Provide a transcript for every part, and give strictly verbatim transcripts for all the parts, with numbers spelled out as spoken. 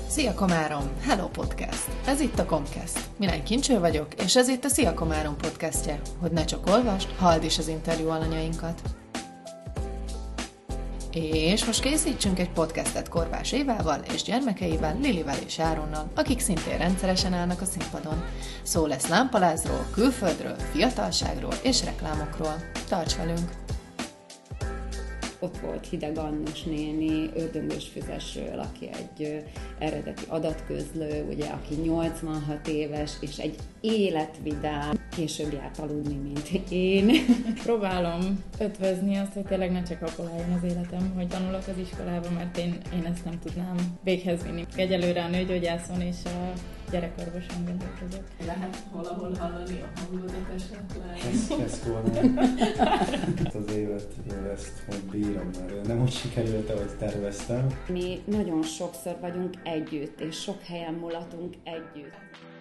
Szia Komárom! Hello Podcast! Ez itt a Comcast. Milány Kincső vagyok, és ez itt a Szia Komárom podcastje, hogy ne csak olvasd, halld is az interjú alanyainkat. És most készítsünk egy podcastet Korvás Évával és gyermekeivel, Lilivel és Áronnal, akik szintén rendszeresen állnak a színpadon. Szó lesz lámpalázról, külföldről, fiatalságról és reklámokról. Tarts velünk! Ott volt Hideg Annus néni Ördöngös Füzesről, aki egy ö, eredeti adatközlő, ugye, aki nyolcvanhat éves, és egy életvidám, később járt aludni, mint én. Próbálom ötvözni azt, hogy tényleg ne csak abból álljon az életem, hogy tanulok az iskolába, mert én, én ezt nem tudnám véghez vinni. Egyelőre a nőgyógyászon és a gyerekorvoson gondolkozok. Lehet valahol hallani a hangodat esetleg? Ez, ez volna. Az évet én ezt majd bírom, mert nem úgy sikerült, ahogy terveztem. Mi nagyon sokszor vagyunk együtt, és sok helyen mulatunk együtt.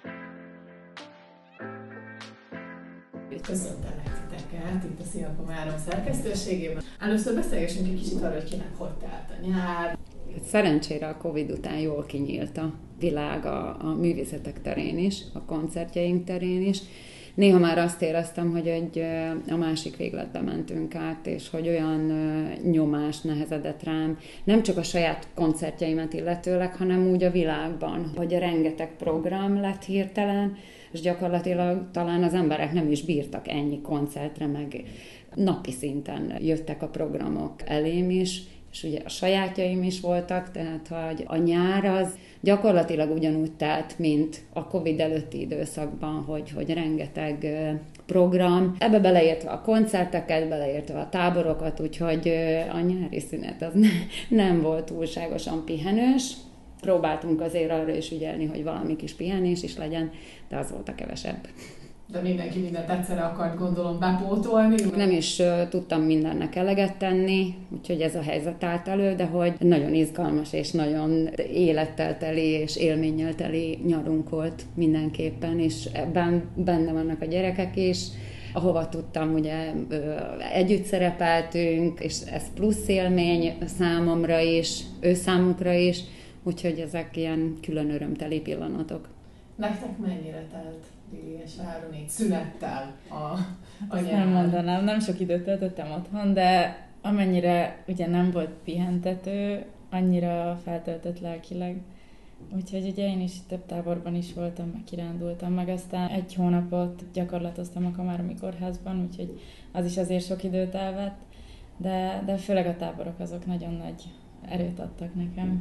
Köszöntelek titeket itt a Szia Komárom szerkesztőségében. Először beszélgessünk egy kicsit arra, hogy kinek hogy telt a nyár. Szerencsére a Covid után jól kinyílt a világ a, a művészetek terén is, a koncertjeink terén is. Néha már azt éreztem, hogy egy, a másik végletbe mentünk át, és hogy olyan nyomás nehezedett rám, nem csak a saját koncertjeimet illetőleg, hanem úgy a világban, hogy a rengeteg program lett hirtelen, és gyakorlatilag talán az emberek nem is bírtak ennyi koncertre, meg napi szinten jöttek a programok elém is, és ugye a sajátjaim is voltak, tehát hogy a nyár az gyakorlatilag ugyanúgy telt, mint a Covid előtti időszakban, hogy, hogy rengeteg program, ebbe beleértve a koncerteket, beleértve a táborokat, úgyhogy a nyári szünet az ne, nem volt túlságosan pihenős. Próbáltunk azért arra is ügyelni, hogy valami kis pihenés is legyen, de az volt a kevesebb. De mindenki mindent egyszerre akart, gondolom, bepótolni. Nem is uh, tudtam mindennek eleget tenni, úgyhogy ez a helyzet állt elő, de hogy nagyon izgalmas és nagyon élettel teli és élménnyel teli nyarunk volt mindenképpen, és ebben benne vannak a gyerekek is. Ahova tudtam, ugye együtt szerepeltünk, és ez plusz élmény számomra is, ő számukra is, úgyhogy ezek ilyen külön örömteli pillanatok. Nektek mennyire telt, Lili és Áron, így szünettel a, a Azt nyár? nem mondanám, nem sok időt töltöttem otthon, de amennyire ugye nem volt pihentető, annyira feltöltött lelkileg. Úgyhogy ugye én is több táborban is voltam, meg kirándultam, meg aztán egy hónapot gyakorlatoztam a Komáromi Kórházban, úgyhogy az is azért sok időt elvett, de, de főleg a táborok azok nagyon nagy erőt adtak nekem.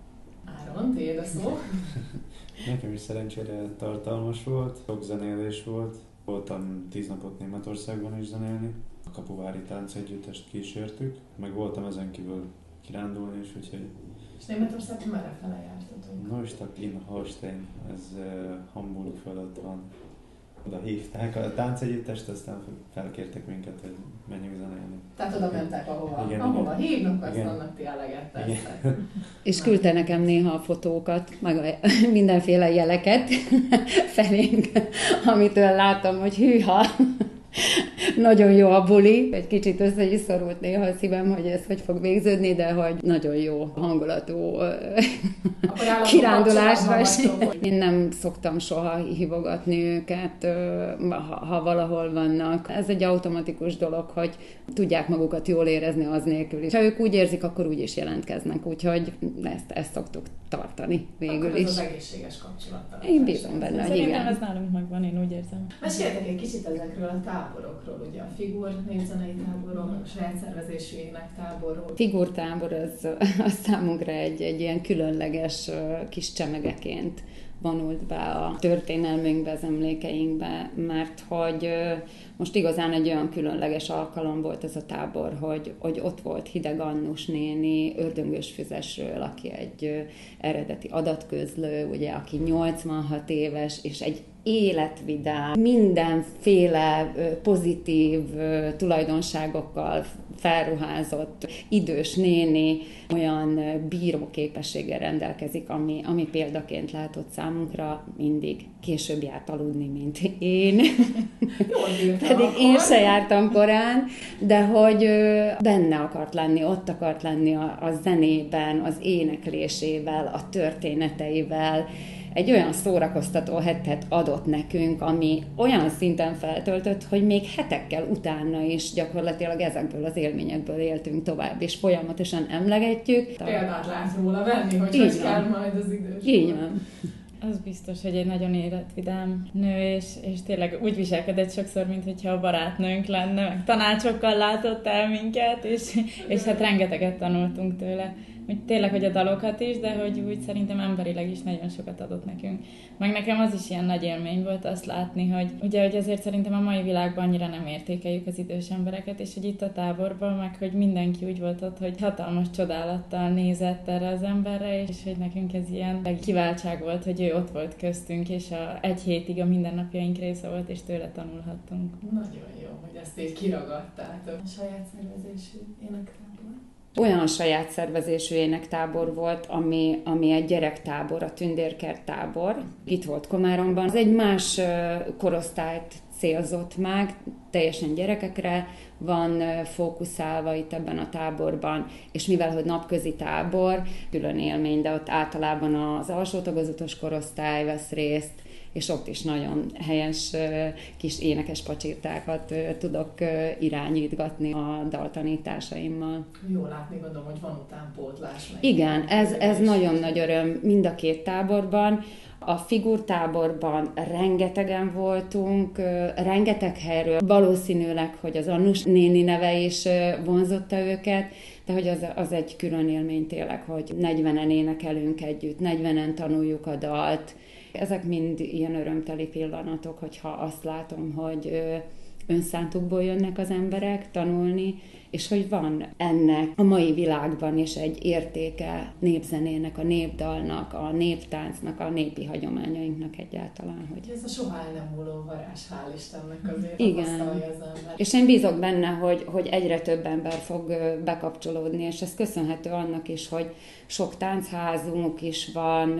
Áron, tiéd a szó? Nekem is szerencsére tartalmas volt, sok zenélés volt. Voltam tíz napot Németországban is zenélni. A Kapuvári Táncegyüttest kísértük, meg voltam ezen kívül kirándulni is, úgyhogy... És Németországban merre fele jártatok? Neustadt in Holstein, ez uh, Hamburg fölött van. Oda hívták a táncegyüttest, aztán felkértek minket, hogy menjünk zenélni. Tehát oda mentek, ahova, igen, ahova igen. hívnak, azt Igen. annak ti eleget tesztek. És küldte nekem néha a fotókat, meg a mindenféle jeleket felénk, amitől láttam, hogy hűha, nagyon jó a buli. Egy kicsit össze is szorult néha a szívem, hogy ez hogy fog végződni, de hogy nagyon jó hangulatú kirándulásra. Én nem szoktam soha hívogatni őket, ha, ha valahol vannak. Ez egy automatikus dolog, hogy tudják magukat jól érezni az nélkül is. Ha ők úgy érzik, akkor úgy is jelentkeznek, úgyhogy ezt, ezt szoktuk tartani végül akkor is. ez az egészséges kapcsolattal. Én bízom benne, hogy Szerintem igen. ez nálunk megvan, én úgy érzem. Meséltek egy kicsit ezekről a táborokról, ugye a Figur népzenei táborról, a saját szervezésű énektáborról. Figurtábor az, az számunkra egy, egy ilyen különleges kis csemegeként vonult be a történelmünkbe, az emlékeinkbe, mert hogy most igazán egy olyan különleges alkalom volt ez a tábor, hogy, hogy ott volt Hideg Annus néni Ördöngös Füzesről, aki egy eredeti adatközlő, ugye, aki nyolcvanhat éves, és egy életvidám, mindenféle pozitív tulajdonságokkal felruházott idős néni olyan bíró képességgel rendelkezik, ami, ami példaként látott számunkra, mindig később járt aludni, mint én. Pedig én se jártam korán, de hogy benne akart lenni, ott akart lenni a, a zenében, az éneklésével, a történeteivel. Egy olyan szórakoztató hetet adott nekünk, ami olyan szinten feltöltött, hogy még hetekkel utána is gyakorlatilag ezekből az élményekből éltünk tovább, és folyamatosan emlegetjük. Példát lehet róla venni, hogy hogy kell majd az idős. Így van. Az biztos, hogy egy nagyon életvidám nő, és, és tényleg úgy viselkedett sokszor, mintha a barátnőnk lenne, meg tanácsokkal látott el minket, és, és hát rengeteget tanultunk tőle. Hogy tényleg, hogy a dalokat is, de hogy úgy szerintem emberileg is nagyon sokat adott nekünk. Meg nekem az is ilyen nagy élmény volt azt látni, hogy ugye, hogy azért szerintem a mai világban annyira nem értékeljük az idős embereket, és hogy itt a táborban, meg hogy mindenki úgy volt ott, hogy hatalmas csodálattal nézett erre az emberre, és hogy nekünk ez ilyen kiváltság volt, hogy ő ott volt köztünk, és a, egy hétig a mindennapjaink része volt, és tőle tanulhattunk. Nagyon jó, hogy ezt így kiragadtátok. A saját szervezésű énektábor. Olyan saját szervezésű énektábor volt, ami, ami egy gyerektábor, a Tündérkert tábor. Itt volt Komáromban. Az egy más korosztályt célzott meg, teljesen gyerekekre van fókuszálva itt ebben a táborban, és mivel, hogy napközi tábor, külön élmény, de ott általában az alsó tagozatos korosztály vesz részt, és ott is nagyon helyes kis énekes pacsirtákat tudok irányítgatni a daltanításaimmal. Jó látni, gondolom, hogy van utánpótlás. Igen, ez, ez nagyon nagy öröm mind a két táborban. A figurtáborban rengetegen voltunk, rengeteg helyről, valószínűleg, hogy az Annus néni neve is vonzotta őket, de hogy az, az egy külön élmény tényleg, hogy negyvenen énekelünk együtt, negyvenen tanuljuk a dalt. Ezek mind ilyen örömteli pillanatok, hogyha azt látom, hogy önszántukból jönnek az emberek tanulni, és hogy van ennek a mai világban is egy értéke népzenének, a népdalnak, a néptáncnak, a népi hagyományainknak egyáltalán. Hogy... Ez a soha el nem múló varázs, hál' Istennek azért igen. tapasztalja az ember. És én bízok benne, hogy, hogy egyre több ember fog bekapcsolódni, és ez köszönhető annak is, hogy sok táncházunk is van,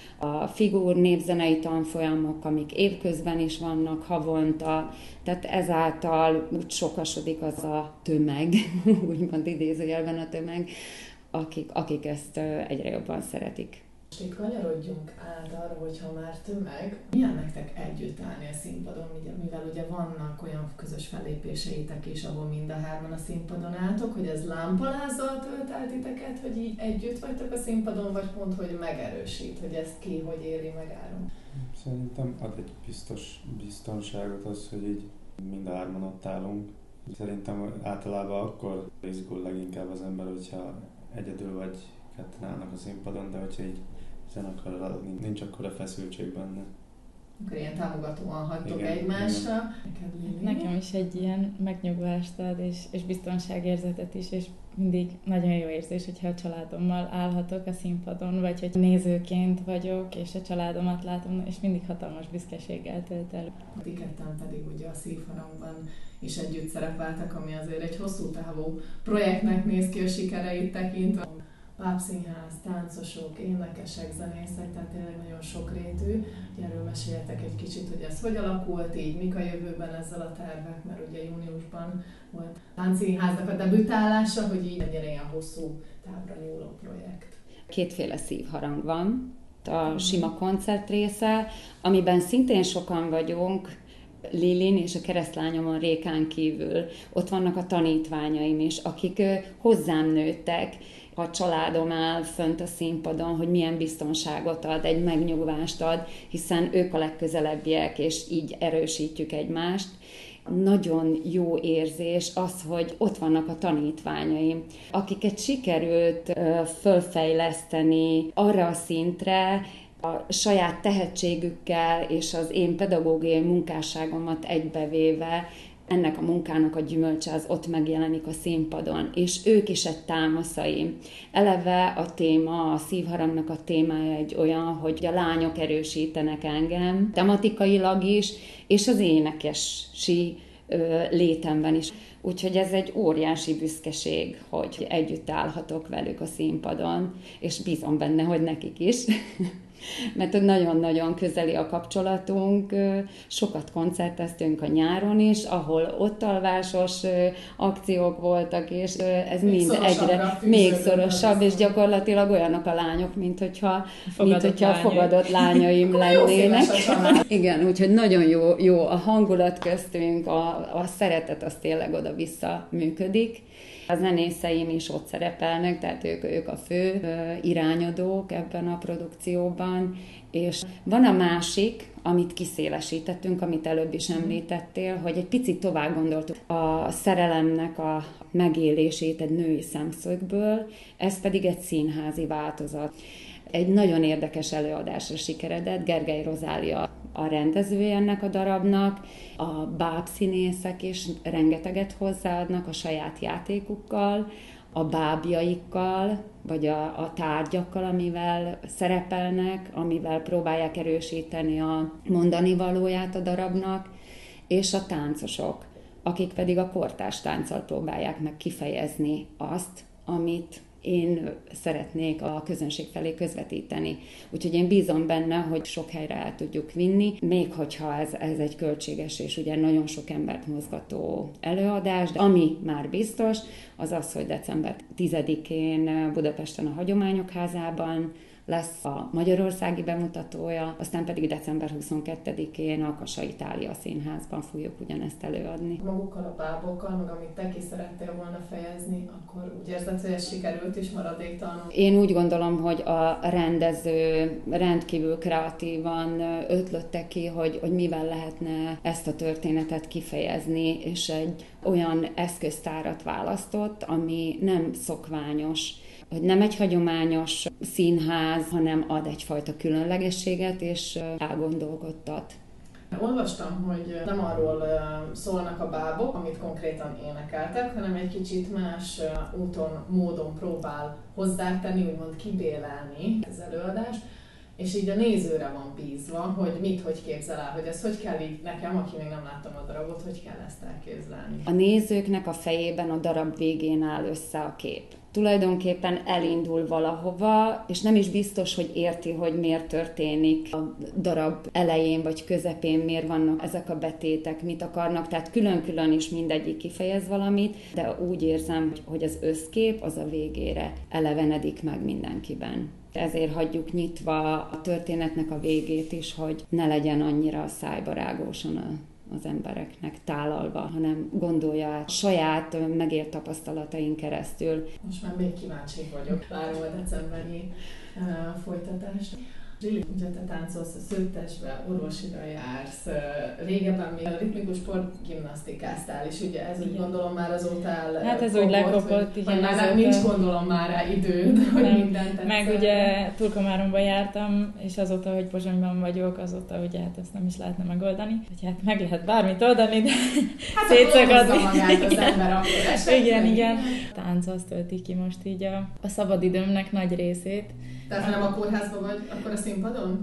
a figur népzenei tanfolyamok, amik évközben is vannak havonta, tehát ezáltal úgy sokasodik az a tömeg, úgymond idézőjelben a tömeg, akik, akik ezt egyre jobban szeretik. Most itt kanyarodjunk át arra, hogyha már tömeg, milyen nektek együtt állni a színpadon, mivel ugye vannak olyan közös fellépéseitek is, ahol mind a hárman a színpadon álltok, hogy ez lámpalázzal tölt el titeket, hogy így együtt vagytok a színpadon, vagy pont, hogy megerősít, hogy ezt ki, hogy éli meg Áron? Szerintem ad egy biztos biztonságot az, hogy így mind a hárman ott állunk. Szerintem általában akkor izgul leginkább az ember, hogyha egyedül vagy ketten állnak a színpadon, de hogyha így zenekar adni, nincs akkora feszültség benne. Akkor ilyen támogatóan hagytok igen, egymásra. Igen. Nekem is egy ilyen megnyugvást ad, és, és biztonságérzetet is, és mindig nagyon jó érzés, hogyha a családommal állhatok a színpadon, vagy hogy nézőként vagyok, és a családomat látom, és mindig hatalmas büszkeséggel tölt el. Ti ketten pedig ugye a Szívharangban is együtt szerepeltek, ami azért egy hosszú távú projektnek néz ki a sikereit tekintve. Bábszínház, táncosok, énekesek, zenészek, tehát tényleg nagyon sokrétű. Erről meséljetek egy kicsit, hogy ez hogy alakult így, mik a jövőben ezzel a tervek, mert ugye júniusban volt Táncszínháznak a debütálása, hogy így legyen ilyen hosszú távra nyúló projekt. Kétféle szívharang van. A sima koncert része, amiben szintén sokan vagyunk, Lilin és a keresztlányomon Rékán kívül. Ott vannak a tanítványaim is, akik hozzám nőttek. A családom áll fönt a színpadon, hogy milyen biztonságot ad, egy megnyugvást ad, hiszen ők a legközelebbiek, és így erősítjük egymást. Nagyon jó érzés az, hogy ott vannak a tanítványaim, akiket sikerült fölfejleszteni arra a szintre, a saját tehetségükkel és az én pedagógiai munkásságomat egybevéve ennek a munkának a gyümölcse az ott megjelenik a színpadon, és ők is egy támaszaim. Eleve a téma, a Szívharangnak a témája egy olyan, hogy a lányok erősítenek engem, tematikailag is, és az énekesi létemben is. Úgyhogy ez egy óriási büszkeség, hogy együtt állhatok velük a színpadon, és bízom benne, hogy nekik is. Mert nagyon-nagyon közeli a kapcsolatunk, sokat koncerteztünk a nyáron is, ahol ott alvásos akciók voltak, és ez még mind egyre még szorosabb, és gyakorlatilag olyanok a lányok, mint hogyha, mint hogyha fogadott lányaim lennének. Igen, úgyhogy nagyon jó, jó a hangulat köztünk, a, a szeretet az tényleg oda-vissza működik. A zenészeim is ott szerepelnek, tehát ők, ők a fő irányadók ebben a produkcióban, és van a másik, amit kiszélesítettünk, amit előbb is említettél, hogy egy picit tovább gondoltuk a szerelemnek a megélését egy női szemszögből, ez pedig egy színházi változat. Egy nagyon érdekes előadásra sikeredett, Gergely Rozália a rendezője ennek a darabnak, a bábszínészek is rengeteget hozzáadnak a saját játékukkal, a bábjaikkal, vagy a, a tárgyakkal, amivel szerepelnek, amivel próbálják erősíteni a mondani valóját a darabnak, és a táncosok, akik pedig a kortárs tánccal próbálják meg kifejezni azt, amit én szeretnék a közönség felé közvetíteni. Úgyhogy én bízom benne, hogy sok helyre el tudjuk vinni, még hogyha ez, ez egy költséges és ugye nagyon sok embert mozgató előadás, de ami már biztos, az az, hogy december tizedikén Budapesten a Hagyományok Házában lesz a magyarországi bemutatója, aztán pedig december huszonkettedikén a Kassa Itália Színházban fogjuk ugyanezt előadni. Magukkal a bábokkal, meg amit te ki szerettél volna fejezni, akkor úgy érzed, hogy ez sikerült is maradéktalanul? Én úgy gondolom, hogy a rendező rendkívül kreatívan ötlötte ki, hogy, hogy mivel lehetne ezt a történetet kifejezni, és egy olyan eszköztárat választott, ami nem szokványos, hogy nem egy hagyományos színház, hanem ad egyfajta különlegességet, és elgondolkodtat. Olvastam, hogy nem arról szólnak a bábok, amit konkrétan énekeltek, hanem egy kicsit más úton, módon próbál hozzátenni, úgymond kibélelni az előadást, és így a nézőre van bízva, hogy mit, hogy képzel el, hogy ez hogy kell így nekem, aki még nem láttam a darabot, hogy kell ezt elképzelni. A nézőknek a fejében a darab végén áll össze a kép. Tulajdonképpen elindul valahova, és nem is biztos, hogy érti, hogy miért történik a darab elején vagy közepén, miért vannak ezek a betétek, mit akarnak, tehát külön-külön is mindegyik kifejez valamit, de úgy érzem, hogy az összkép az a végére elevenedik meg mindenkiben. Ezért hagyjuk nyitva a történetnek a végét is, hogy ne legyen annyira szájbarágósan a az embereknek tálalva, hanem gondolja át saját megélt tapasztalatain keresztül. Most már még kíváncsi vagyok. Várom a decemberi uh, folytatást. Zsili, ugye te táncolsz a Szőttesbe, orvosira jársz, régebben még a ritmikus sportgimnasztikáztál, és ugye ez úgy gondolom már azóta el... Hát ez úgy lekopott, igen. Már azóta... nincs gondolom már rá időd, hogy nem, mindent tetszett. Meg ugye Turkomáromba jártam, és azóta, hogy Pozsonyban vagyok, azóta ugye hát ezt nem is lehetne megoldani. Hogy hát meg lehet bármit oldani, de hát szétszakadni. Hát magát az ember akkor esetleg. Igen, igen. Tánc az tölti ki most így a, a szabadidőmnek nagy részét. Tehát ha nem a kórházban vagy, akkor a színpadon?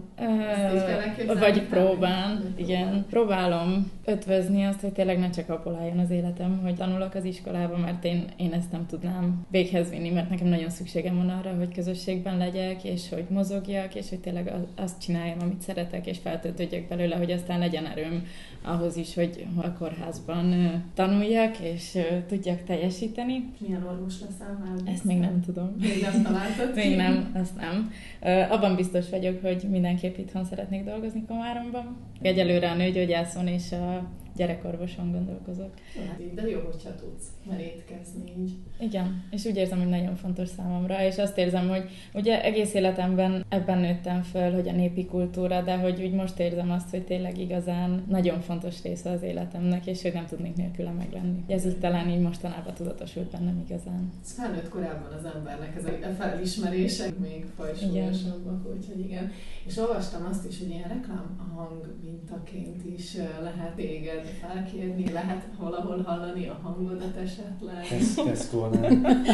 Ö, vagy próbán, igen. Próbálom ötvözni azt, hogy tényleg ne csak abból álljon az életem, hogy tanulok az iskolában, mert én, én ezt nem tudnám véghez vinni, mert nekem nagyon szükségem van arra, hogy közösségben legyek, és hogy mozogjak, és hogy tényleg azt csináljam, amit szeretek, és feltöltődjek belőle, hogy aztán legyen erőm ahhoz is, hogy a kórházban tanuljak, és tudjak teljesíteni. Milyen orvos leszel már? Ezt még nem tudom. Még nem találtad? Még nem, azt nem. Abban biztos vagyok, hogy mindenképp itthon szeretnék dolgozni Komáromban. Egyelőre a nőgyógyászon és a gyerekorvoson gondolkozok. Hát, de jó, hogyha tudsz merítkezni így. Igen, és úgy érzem, hogy nagyon fontos számomra, és azt érzem, hogy ugye egész életemben ebben nőttem föl, hogy a népi kultúra, de hogy úgy most érzem azt, hogy tényleg igazán nagyon fontos része az életemnek, és hogy nem tudnék nélküle meglenni. Ez így talán így mostanában tudatosult bennem igazán. Ez felnőtt korábban az embernek, ez a felismerések még fajsúlyosabbak, úgyhogy igen. És olvastam azt is, hogy ilyen reklámhang mintaként is lehet téged vagy felkérni, lehet valahol hallani a hangodat esetleg. Ez Tesco-nál.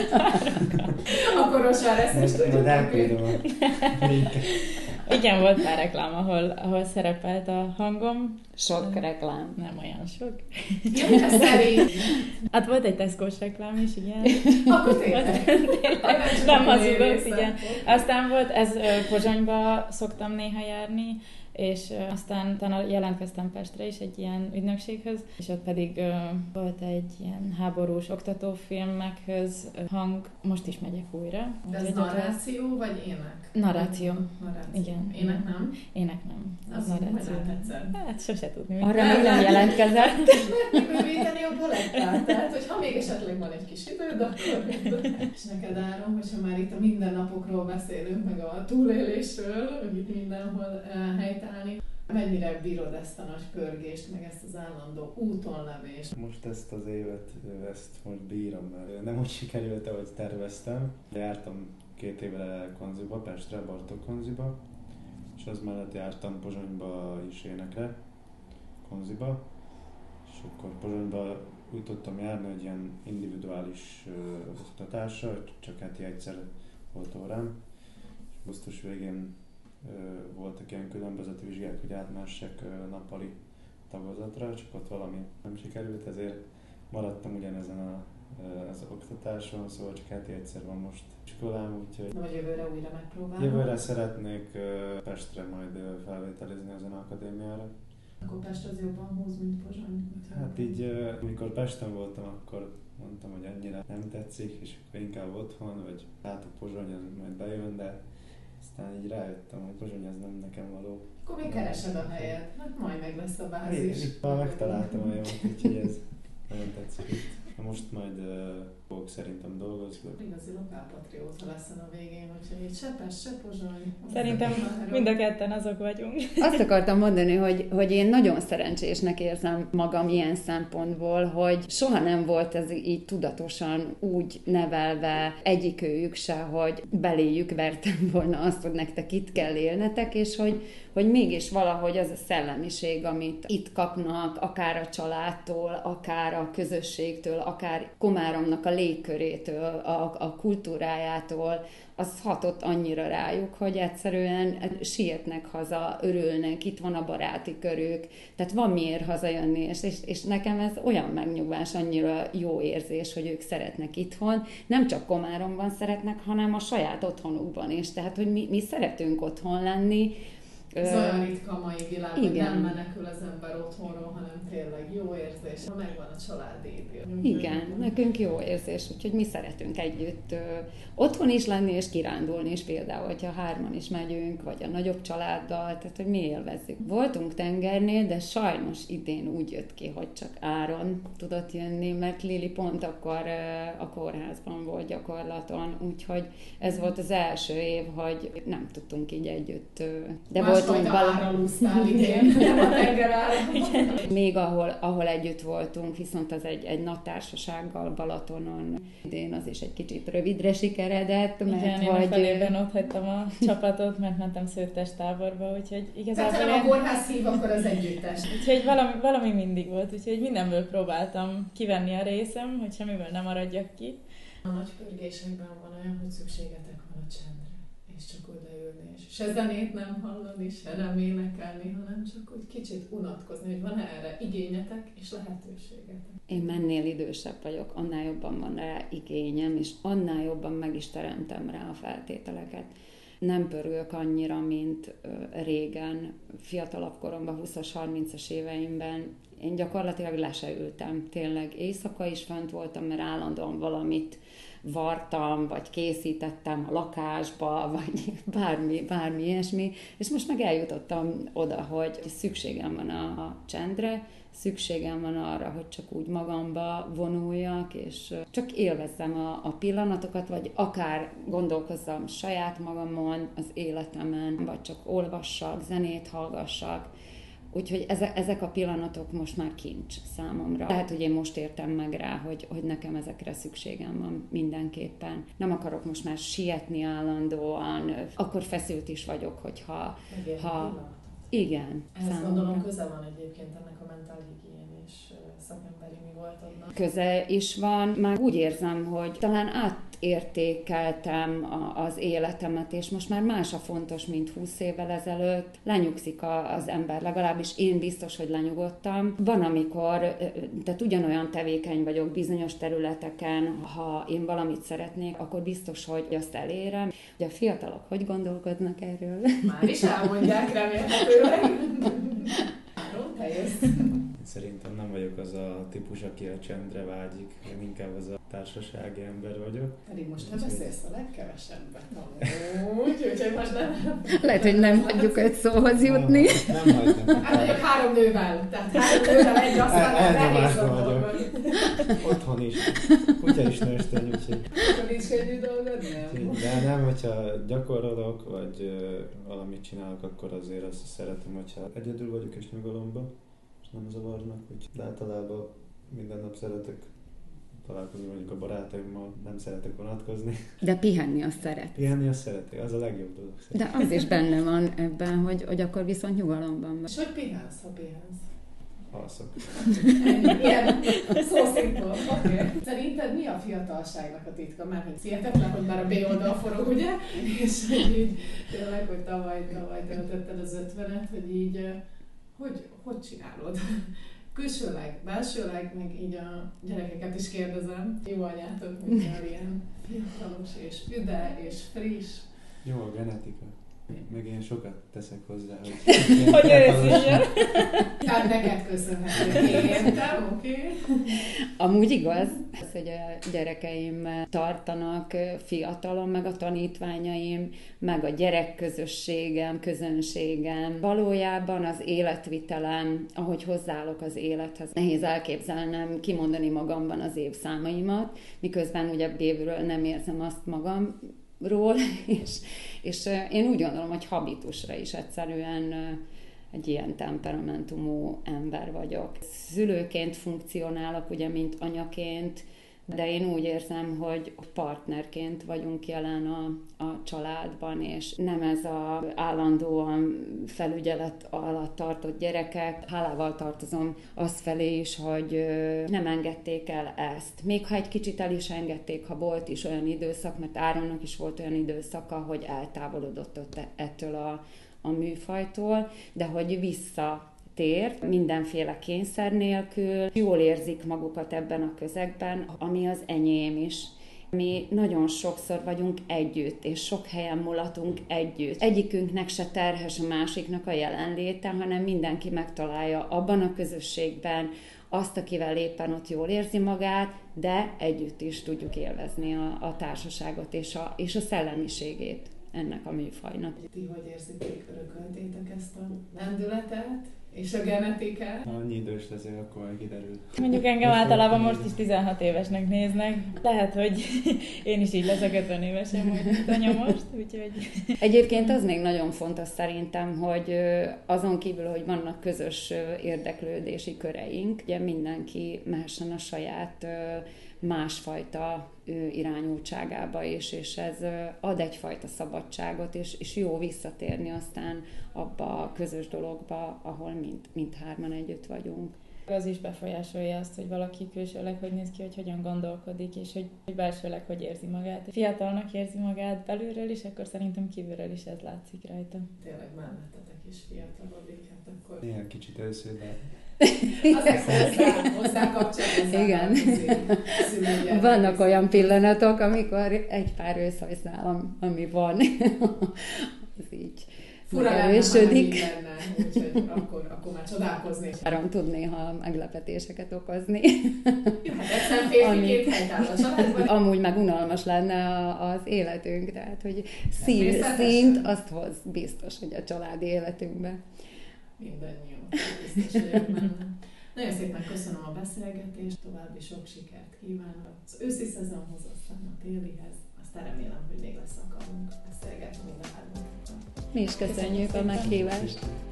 Akkor most már ezt is tudjuk. Majd elküldöm a linket. Igen, volt pár reklám, ahol, ahol szerepelt a hangom. Sok reklám. Nem olyan sok. Ja, szerint. Hát volt egy Tesco-s reklám is, igen. Akkor tényleg. Nem hazudott, igen. Aztán volt, ez Pozsonyba szoktam néha járni, és aztán utána jelentkeztem Pestre is egy ilyen ügynökséghez, és ott pedig uh, volt egy ilyen háborús oktatófilmekhez hang, most is megyek újra. De ez narráció vagy ének? Narráció. Narráció. Igen. Ének nem? Ének nem. Az narráció. Hát sose tudni. Arra még nem jelentkezett. Bővíteni a palettát, tehát hogyha még esetleg van egy kis időd, akkor és neked Áron, hogyha már itt a mindennapokról beszélünk, meg a túlélésről, hogy itt mindenhol uh, helytállni, mennyire bírod ezt a nagy pörgést, meg ezt az állandó útonlevést? Most ezt az évet, ezt most bírom, mert nem úgy sikerült, ahogy terveztem. Jártam két évre konziba, Pestre, Bartók konziba, és az mellett jártam Pozsonyba is énekre, konziba, és akkor Pozsonyba úgy tudtam járni, hogy ilyen individuális uh, oktatásra, csak heti egyszer volt órám, és augusztus végén uh, voltak ilyen különbözeti vizsgák, hogy átmessek uh, nappali tagozatra, csak ott valami nem sikerült, ezért maradtam ugyanezen a, uh, az oktatáson, szóval csak heti egyszer van most iskolám, úgyhogy... Vagy jövőre újra megpróbálom? Jövőre szeretnék uh, Pestre majd uh, felvételizni a Zeneakadémiára. Akkor Pest az jobban húz, mint Pozsony? Hát így, amikor Pesten voltam, akkor mondtam, hogy annyira nem tetszik, és akkor inkább otthon, vagy hát a Pozsony az majd bejön, de aztán így rájöttem, hogy Pozsony az nem nekem való. Akkor még keresed a helyet, hát majd meg lesz a bázis. Itt már megtaláltam a jót, úgyhogy ez nagyon tetszik itt. Most majd uh, fogok szerintem dolgozni. Igazi lokálpatrióta leszel a végén, úgyhogy itt se Pest, se Pozsony. Szerintem mind a ketten azok vagyunk. Azt akartam mondani, hogy, hogy én nagyon szerencsésnek érzem magam ilyen szempontból, hogy soha nem volt ez így tudatosan úgy nevelve egyikőjük se, hogy beléjük vertem volna azt, hogy nektek itt kell élnetek, és hogy, hogy mégis valahogy az a szellemiség, amit itt kapnak, akár a családtól, akár a közösségtől, akár Komáromnak a légkörétől, a, a kultúrájától, az hatott annyira rájuk, hogy egyszerűen sietnek haza, örülnek, itt van a baráti körük, tehát van miért hazajönni, és, és, és nekem ez olyan megnyugvás, annyira jó érzés, hogy ők szeretnek itthon, nem csak Komáromban szeretnek, hanem a saját otthonukban is, tehát hogy mi, mi szeretünk otthon lenni. Ez olyan ritka a mai világ, hogy igen. nem menekül az ember otthonról, hanem tényleg jó érzés, ha megvan a családi idő. Igen, nekünk jó érzés, úgyhogy mi szeretünk együtt ö, otthon is lenni és kirándulni is, például, hogyha hárman is megyünk, vagy a nagyobb családdal, tehát hogy mi élvezzük. Voltunk tengernél, de sajnos idén úgy jött ki, hogy csak Áron tudott jönni, mert Lili pont akkor ö, a kórházban volt gyakorlaton, úgyhogy ez volt az első év, hogy nem tudtunk így együtt, ö, de Más voltunk valami. idén, nem a tenger Még ahol, ahol együtt voltunk, viszont az egy, egy nagy társasággal Balatonon. Idén az is egy kicsit rövidre sikeredett, mert igen, hogy... én a felében ott hagytam a csapatot, mert mentem szőttes táborba, úgyhogy igazából... Tehát ha a kórház hív, akkor az együttes. Úgyhogy valami, valami mindig volt, úgyhogy mindenből próbáltam kivenni a részem, hogy semmiből nem maradjak ki. A nagy pörgésekben van olyan, hogy szükségetek van a csendre. És csak odaülni, és se zenét nem hallani, se nem énekelni, hanem csak úgy kicsit unatkozni, hogy van-e erre igényetek és lehetőségetek. Én mennél idősebb vagyok, annál jobban van rá igényem, és annál jobban meg is teremtem rá a feltételeket. Nem pörgök annyira, mint régen, fiatalabb koromban, húszas, harmincas éveimben. Én gyakorlatilag le se ültem, tényleg éjszaka is fent voltam, mert állandóan valamit vartam, vagy készítettem a lakásba, vagy bármi, bármi ilyesmi, és most meg eljutottam oda, hogy szükségem van a csendre, szükségem van arra, hogy csak úgy magamba vonuljak, és csak élvezzem a, a pillanatokat, vagy akár gondolkozzam saját magamon, az életemen, vagy csak olvassak, zenét hallgassak. Úgyhogy ezek, ezek a pillanatok most már kincs számomra. Lehet, hogy én most értem meg rá, hogy, hogy nekem ezekre szükségem van mindenképpen. Nem akarok most már sietni állandóan, akkor feszült is vagyok, hogyha... Ha, Igen. Ezt gondolom köze van egyébként ennek a mentálhigiénés szakemberi mi voltodnak. Köze is van. Már úgy érzem, hogy talán átértékeltem az életemet, és most már más a fontos, mint húsz évvel ezelőtt. Lenyugszik az ember, legalábbis én biztos, hogy lenyugodtam. Van, amikor, tehát ugyanolyan tevékeny vagyok bizonyos területeken, ha én valamit szeretnék, akkor biztos, hogy azt elérem. Ugye a fiatalok hogy gondolkodnak erről? Már is elmondják, remélhetőleg. Áron, te jössz. Szerintem nem vagyok az a típus, aki a csendre vágyik, én inkább az a társasági ember vagyok. Pedig most te beszélsz a legkevesebbet amúgy, úgyhogy most nem... Lehet, hogy nem hagyjuk öt szóhoz jutni. Nem, nem hagyjuk. Hát mondjuk három nővel, tehát három nővel egy asztalnál nehéz a dolgod. Otthon is. Kutya is nőstény, úgyhogy... Akkor nincs könnyű dolgod, nem? De nem, hogyha gyakorolok, vagy uh, valamit csinálok, akkor azért azt szeretem, hogyha egyedül vagyok és nyugalomban, és nem zavarnak, úgy. De általában minden nap szeretek találkozni mondjuk a barátaimmal, nem szeretek vonatkozni. De pihenni azt szeret. Pihenni azt szeretek, az a legjobb dolog. De az is benne van ebben, hogy, hogy akkor viszont nyugalomban van. És hogy pihensz, ha pihensz? Alszok. Ilyen szószimpól. Oké. Okay. Szerinted mi a fiatalságnak a titka? Mert hogy hihetetlen, hogy már a B oldal forog, ugye? És hogy így tényleg, hogy tavaly, tavaly töltötted az ötvenet, hogy így hogy, hogy csinálod? Külsőleg, belsőleg, meg így a gyerekeket is kérdezem. Jó anyátok, mint ilyen fiatalos és üde és friss. Jó a genetika. Meg én sokat teszek hozzá, hogy... Hogy őszintén. Tehát neked köszönhető. Értem, oké. Okay. Amúgy igaz, hogy a gyerekeim tartanak fiatalon, meg a tanítványaim, meg a gyerekközösségem, közönségem. Valójában az életvitelem, ahogy hozzáállok az élethez. Nehéz elképzelnem, kimondani magamban az évszámaimat, miközben ugye évről nem érzem azt magam, ról, és, és én úgy gondolom, hogy habitusra is egyszerűen egy ilyen temperamentumú ember vagyok. Szülőként funkcionálok, ugye, mint anyaként, de én úgy érzem, hogy partnerként vagyunk jelen a, a családban, és nem ez az állandóan felügyelet alatt tartott gyerekek. Hálával tartozom azt felé is, hogy nem engedték el ezt. Még ha egy kicsit el is engedték, ha volt is olyan időszak, mert Áronnak is volt olyan időszaka, hogy eltávolodott ott ettől a, a műfajtól, de hogy vissza tér, mindenféle kényszer nélkül, jól érzik magukat ebben a közegben, ami az enyém is. Mi nagyon sokszor vagyunk együtt, és sok helyen mulatunk együtt. Egyikünknek se terhes a másiknak a jelenléte, hanem mindenki megtalálja abban a közösségben azt, akivel éppen ott jól érzi magát, de együtt is tudjuk élvezni a, a társaságot és a, és a szellemiségét ennek a műfajnak. Ti hogy érzitek, örököltétek ezt a lendületet? És a genetikát? Ha annyi idős leszek, akkor majd kiderül. Mondjuk engem általában most is tizenhat évesnek néznek. Lehet, hogy én is így leszek ötven évesen, majd mint anya most, úgyhogy... Egyébként az még nagyon fontos szerintem, hogy azon kívül, hogy vannak közös érdeklődési köreink, ugye mindenki mehessen a saját másfajta irányultságába is, és ez ad egyfajta szabadságot, és, és jó visszatérni aztán abba a közös dologba, ahol mind, mindhárman együtt vagyunk. Az is befolyásolja azt, hogy valaki külsőleg hogy néz ki, hogy hogyan gondolkodik, és hogy, hogy belsőleg hogy érzi magát. Fiatalnak érzi magát belülről is, akkor szerintem kívülről is ez látszik rajta. Tényleg mellettetek is fiatalodik, hát akkor... Néha kicsit először, de... Azért hozzá, hozzá kapcsolódni. Igen. Vannak olyan pillanatok, amikor egy pár őszhajsz nálam, ami van. Ez így fura erősödik. lenne, úgyhogy akkor, akkor már csodálkozni. Áron tud néha meglepetéseket okozni. Ja, hát egyszerűen férfi két helytáll a családban. Amúgy meg unalmas lenne az életünk, tehát hogy szín, színt azt hoz biztos, hogy a családi életünkben. Mindannyian, biztos vagyok benne. Nagyon szépen köszönöm a beszélgetést, további sok sikert kívánok. Az őszi szezonhoz, aztán a télihez, aztán remélem, hogy még lesz alkalmunk beszélgetni mind a hármatokkal. Mi is köszönjük a meghívást.